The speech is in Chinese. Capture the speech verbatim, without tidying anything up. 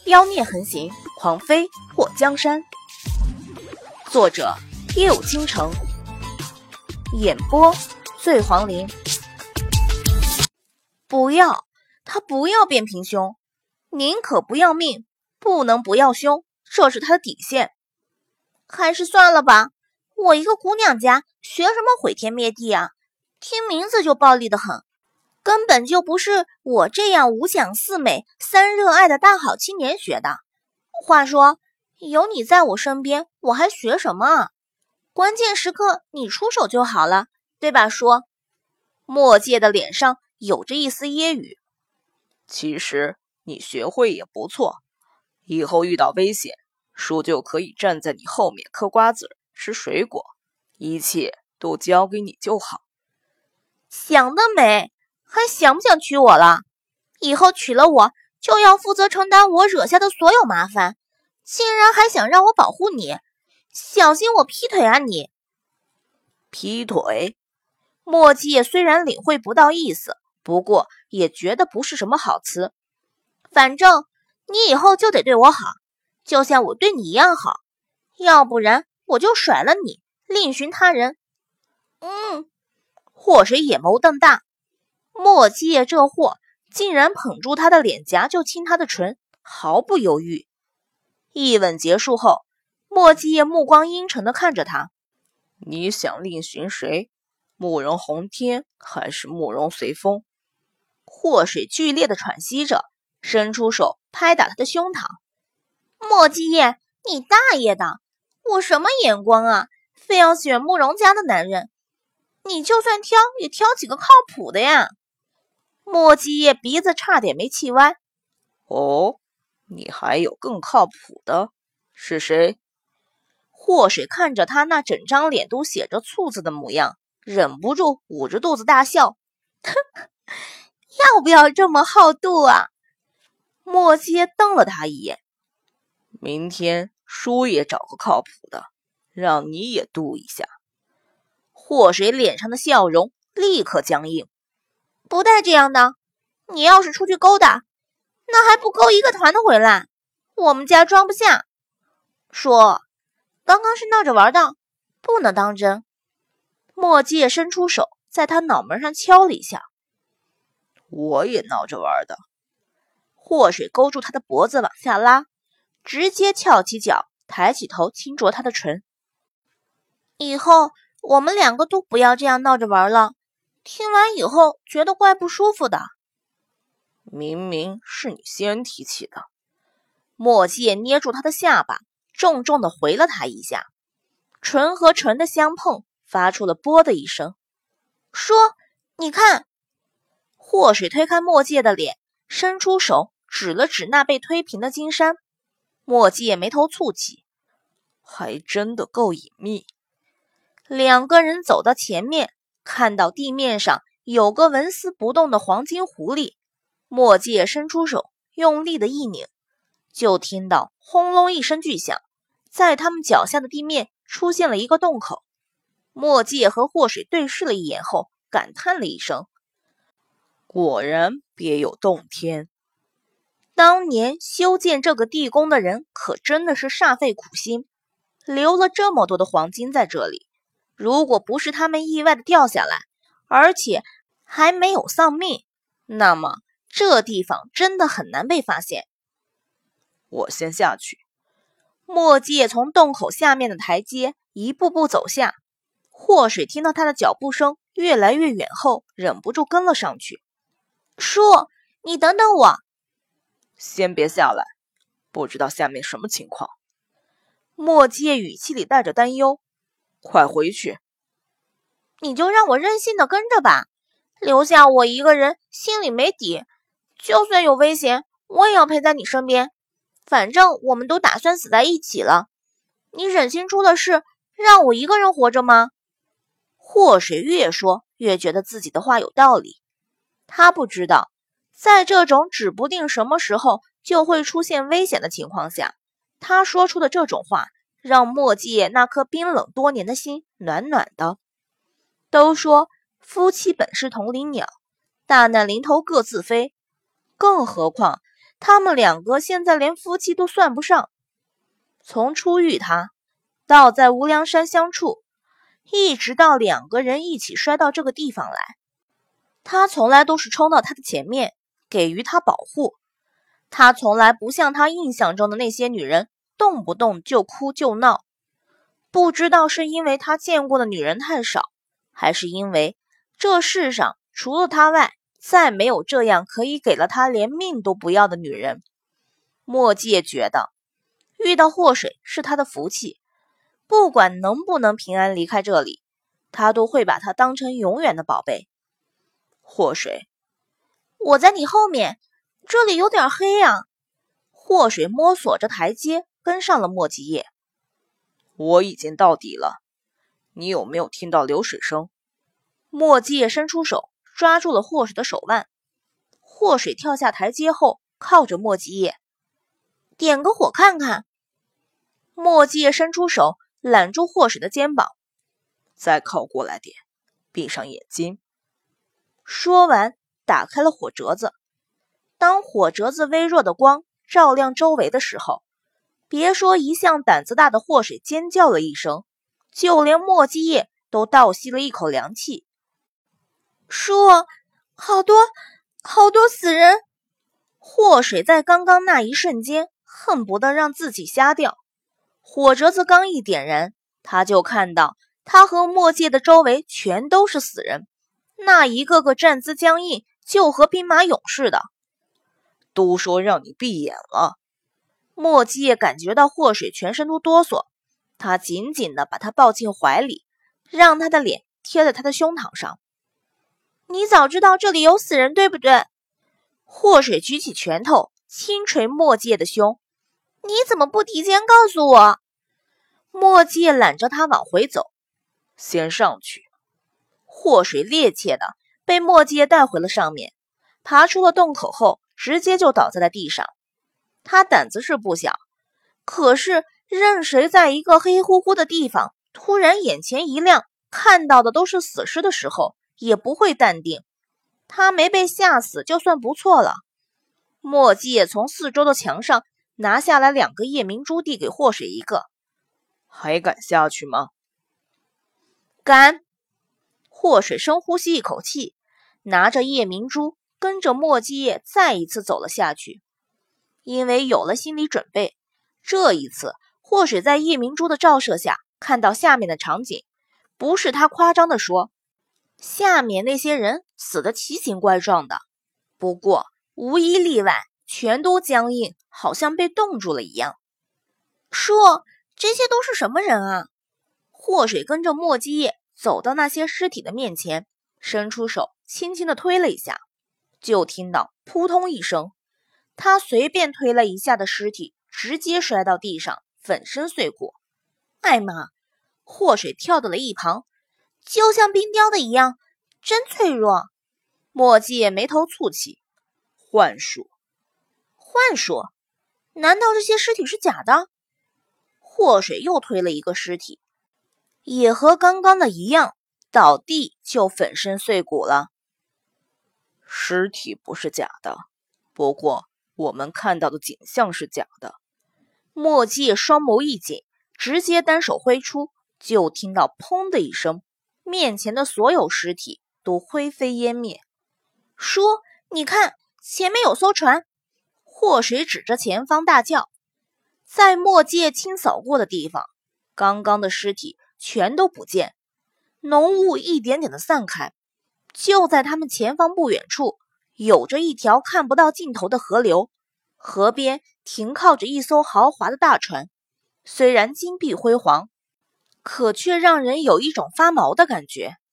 妖孽横行，狂飞破江山。作者：夜舞倾城，演播：醉黄林。不要，他不要变平胸，宁可不要命，不能不要胸，这是他的底线。还是算了吧，我一个姑娘家学什么毁天灭地啊？听名字就暴力得很，根本就不是我这样五讲四美三热爱的大好青年学的。话说，有你在我身边，我还学什么啊？关键时刻你出手就好了，对吧叔？墨界的脸上有着一丝揶揄。 其实你学会也不错，以后遇到危险，叔就可以站在你后面嗑瓜子吃水果，一切都交给你就好。 想得美，还想不想娶我了？以后娶了我就要负责承担我惹下的所有麻烦，竟然还想让我保护你，小心我劈腿啊你！ 劈腿？ 墨界虽然领会不到意思，不过也觉得不是什么好词。反正你以后就得对我好，就像我对你一样好，要不然我就甩了你，另寻他人。嗯，祸水眼眸瞪大，墨界这货竟然捧住他的脸颊就亲他的唇，毫不犹豫。一吻结束后，墨界目光阴沉地看着他。 你想另寻谁？慕容宏天还是慕容随风？ 祸水剧烈地喘息着，伸出手拍打他的胸膛。墨界，你大爷的！我什么眼光啊，非要选慕容家的男人？你就算挑也挑几个靠谱的呀！墨界鼻子差点没气歪。 哦，你还有更靠谱的？是谁？ 祸水看着他那整张脸都写着醋字的模样，忍不住捂着肚子大笑。要不要这么好度啊？墨界瞪了他一眼。 明天叔也找个靠谱的，让你也度一下。 祸水脸上的笑容立刻僵硬。不带这样的，你要是出去勾搭，那还不勾一个团的回来，我们家装不下。说，刚刚是闹着玩的，不能当真。墨界伸出手在他脑门上敲了一下。 我也闹着玩的。 祸水勾住他的脖子往下拉，直接翘起脚，抬起头轻啄他的唇。以后我们两个都不要这样闹着玩了，听完以后觉得怪不舒服的。 明明是你先提起的。 墨界捏住他的下巴，重重地回了他一下，唇和唇的相碰发出了啵的一声。说，你看。祸水推开墨界的脸，伸出手指了指那被推平的金山。墨界眉头蹙起， 还真的够隐秘。 两个人走到前面，看到地面上有个纹丝不动的黄金狐狸。墨界伸出手，用力的一拧，就听到轰隆一声巨响，在他们脚下的地面出现了一个洞口。墨界和祸水对视了一眼后，感叹了一声： 果然别有洞天。 当年修建这个地宫的人可真的是煞费苦心，留了这么多的黄金在这里。如果不是他们意外的掉下来，而且还没有丧命，那么这地方真的很难被发现。 我先下去。 墨界从洞口下面的台阶一步步走下，祸水听到他的脚步声越来越远后，忍不住跟了上去。叔，你等等我。 先别下来，不知道下面什么情况。 墨界语气里带着担忧。 快回去。 你就让我任性的跟着吧，留下我一个人心里没底，就算有危险我也要陪在你身边，反正我们都打算死在一起了，你忍心出了事让我一个人活着吗？祸水越说越觉得自己的话有道理。他不知道，在这种指不定什么时候就会出现危险的情况下，他说出的这种话让墨界那颗冰冷多年的心暖暖的。都说夫妻本是同林鸟，大难临头各自飞，更何况他们两个现在连夫妻都算不上。从初遇他，到在无量山相处，一直到两个人一起摔到这个地方来，他从来都是冲到他的前面，给予他保护。他从来不像他印象中的那些女人，动不动就哭就闹。不知道是因为他见过的女人太少，还是因为这世上除了他外，再没有这样可以给了他连命都不要的女人。墨界觉得遇到祸水是他的福气，不管能不能平安离开这里，他都会把他当成永远的宝贝。祸水，我在你后面，这里有点黑啊。祸水摸索着台阶跟上了墨迹叶。 我已经到底了，你有没有听到流水声？ 墨迹叶伸出手抓住了祸水的手腕。祸水跳下台阶后靠着墨迹叶，点个火看看。墨迹叶伸出手揽住祸水的肩膀， 再靠过来点，闭上眼睛。 说完打开了火折子。当火折子微弱的光照亮周围的时候，别说一向胆子大的祸水尖叫了一声，就连墨迹叶都倒吸了一口凉气。叔，好多好多死人！祸水在刚刚那一瞬间恨不得让自己瞎掉。火折子刚一点燃，他就看到他和墨界的周围全都是死人，那一个个站姿僵硬，就和兵马俑似的。 都说让你闭眼了。 墨界感觉到祸水全身都哆嗦，他紧紧地把他抱进怀里，让他的脸贴在他的胸膛上。你早知道这里有死人，对不对？祸水举起拳头轻捶墨界的胸。你怎么不提前告诉我？墨界揽着他往回走。 先上去。 祸水趔趄的被墨界带回了上面，爬出了洞口后直接就倒在了地上。他胆子是不小，可是任谁在一个黑乎乎的地方突然眼前一亮，看到的都是死尸的时候，也不会淡定。他没被吓死就算不错了。墨界从四周的墙上拿下来两个夜明珠，递给祸水一个。 还敢下去吗？ 敢。祸水深呼吸一口气，拿着夜明珠跟着墨界再一次走了下去。因为有了心理准备，这一次祸水在夜明珠的照射下看到下面的场景，不是他夸张的说，下面那些人死得奇形怪状的，不过无一例外全都僵硬，好像被冻住了一样。叔，这些都是什么人啊？祸水跟着墨迹叶走到那些尸体的面前，伸出手轻轻地推了一下，就听到扑通一声，他随便推了一下的尸体直接摔到地上，粉身碎骨。艾妈，祸水跳到了一旁，就像冰雕的一样，真脆弱。墨迹眉头蹙起， 幻术。 幻术？难道这些尸体是假的？祸水又推了一个尸体，也和刚刚的一样，倒地就粉身碎骨了。 尸体不是假的，不过我们看到的景象是假的。 墨迹双眸一紧，直接单手挥出，就听到砰的一声，面前的所有尸体都灰飞烟灭。叔，你看，前面有艘船。祸水指着前方大叫。在墨界清扫过的地方，刚刚的尸体全都不见，浓雾一点点的散开。就在他们前方不远处，有着一条看不到尽头的河流，河边停靠着一艘豪华的大船，虽然金碧辉煌，可却让人有一种发毛的感觉。